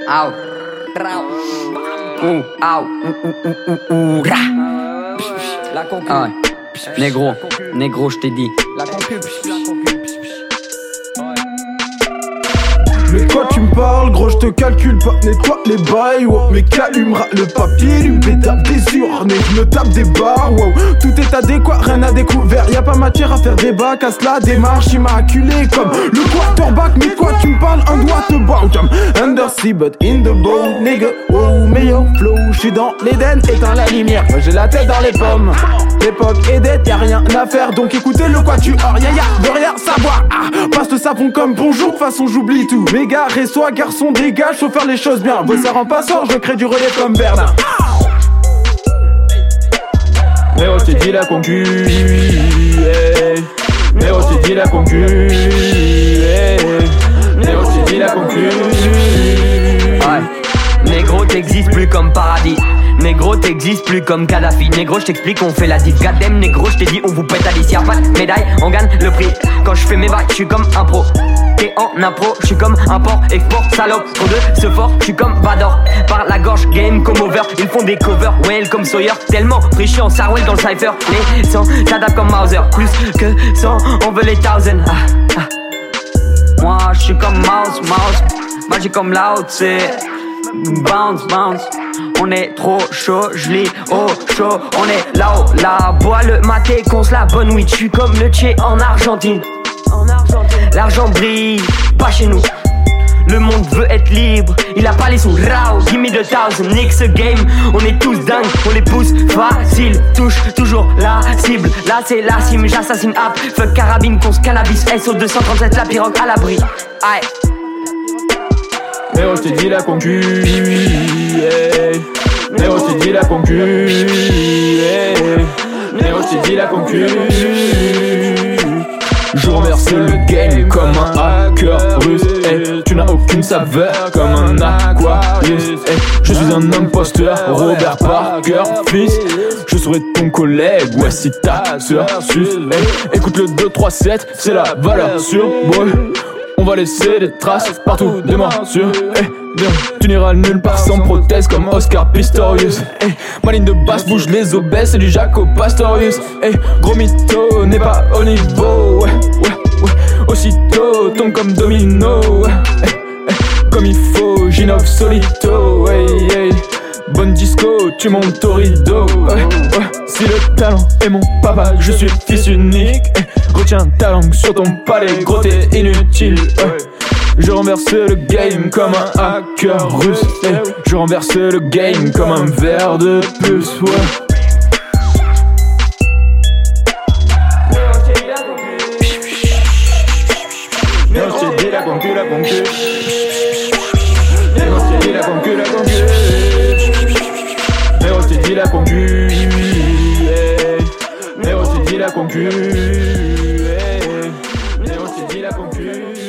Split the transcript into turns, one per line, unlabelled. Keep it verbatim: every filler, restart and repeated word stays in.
Au. Ouh, au. Ouh, ouh, ouh, ouh, ra.
La concu.
Ah ouais. Négro, négro, je t'ai dit.
La concu.
Mais quoi tu me parles, gros, je te calcule pas, nettoie les bails, wow. Mais qu'allumera le papier, du pétard des urnes et je me tape des barres, wow. Tout est adéquat, rien à découvert, y'a pas matière à faire débat, casse la démarche immaculée comme le quarterback. Mais quoi tu me parles, un doigt te bat, comme undersea but in the boat, nigga, wow. Meilleur flow, j'suis dans l'Éden, éteins la lumière, moi j'ai la tête dans les pommes. L'époque est dette, y'a rien à faire, donc écoutez le quatuor, y'a y'a de rien savoir. Ah, passe le savon comme bonjour, de toute façon j'oublie tout. Mais gars, reste-toi garçon, dégage, faut faire les choses bien. Vous ça rend pas sort, je crée du relais comme Bernard. Mais oh, je t'ai dit la concu, hey. Mais oh, je t'ai dit la concu, hey. Mais oh, je t'ai dit la concu.
Ouais. Négro, t'existes plus comme paradis. Négro, t'existes plus comme Kadhafi. Négro, j't'explique, on fait la diff. Goddamn, négro, j't'ai dit, on vous pète à l'ici. Y'a pas de médaille, on gagne le prix. Quand j'fais mes bails, j'suis comme un pro. T'es en impro, j'suis comme un port, export, salope. Trop de ce fort, j'suis comme Vador. Par la gorge, game comme over. Ils font des covers, well comme Sawyer. Tellement friché en Sarwell dans le cypher. Les cent s'adaptent comme Mauser. Plus que cent, on veut les thousand. Ah, ah. Moi, j'suis comme Mouse, Mouse. Magique comme Lao Tse. Bounce, bounce. On est trop chaud, j'lis au chaud. On est là-haut, là. Bois le maté, qu'on se la bonne weed. J'suis comme le Tché en Argentine. L'argent brille, pas chez nous. Le monde veut être libre, il a pas les sous. Rao, give me the thousand, nique ce game. On est tous dingues, on les pousse facile. Touche toujours la cible, là c'est la cime. J'assassine app, fuck carabine, conce cannabis. S O deux cent trente-sept, la pirogue à l'abri. Aïe.
Mais oh, je t'ai dit la concu, hey. Mais oh, je t'ai dit la concu, hey. Mais oh, je t'ai dit la concu. Je remercie le game comme un hacker russe, hey. Tu n'as aucune saveur comme un Aquarius, hey. Je suis un imposteur, Robert Parker, fils. Je serai ton collègue, ouais si ta sœur suce, hey. Écoute le deux trois sept, c'est la valeur sûre, boy. On va laisser des traces partout des morsures, hey. Tu n'iras nulle part sans prothèse comme Oscar Pistorius, hey. Ma ligne de basse bouge les obèses, c'est du Jaco Pastorius, hey. Gros mytho n'est pas au niveau, ouais, ouais, ouais. Aussitôt tombe comme domino, ouais, hey, hey. Comme il faut, j'innove solito, hey, hey. Bonne disco, tu montes au rideau, ouais, ouais. Si le talent est mon papa, je suis fils unique, hey. Retiens ta langue sur ton palais, gros t'es inutile, ouais. Je renverse le game comme un hacker russe, hey. Je renverse le game comme un verre de plus, ouais. Mais on s'est dit la concu, la concu. Mais on s'est dit la concu, la concu. Mais on s'est dit la concu, hey. Mais on s'est dit la concu, hey. Mais on s'est dit la concu.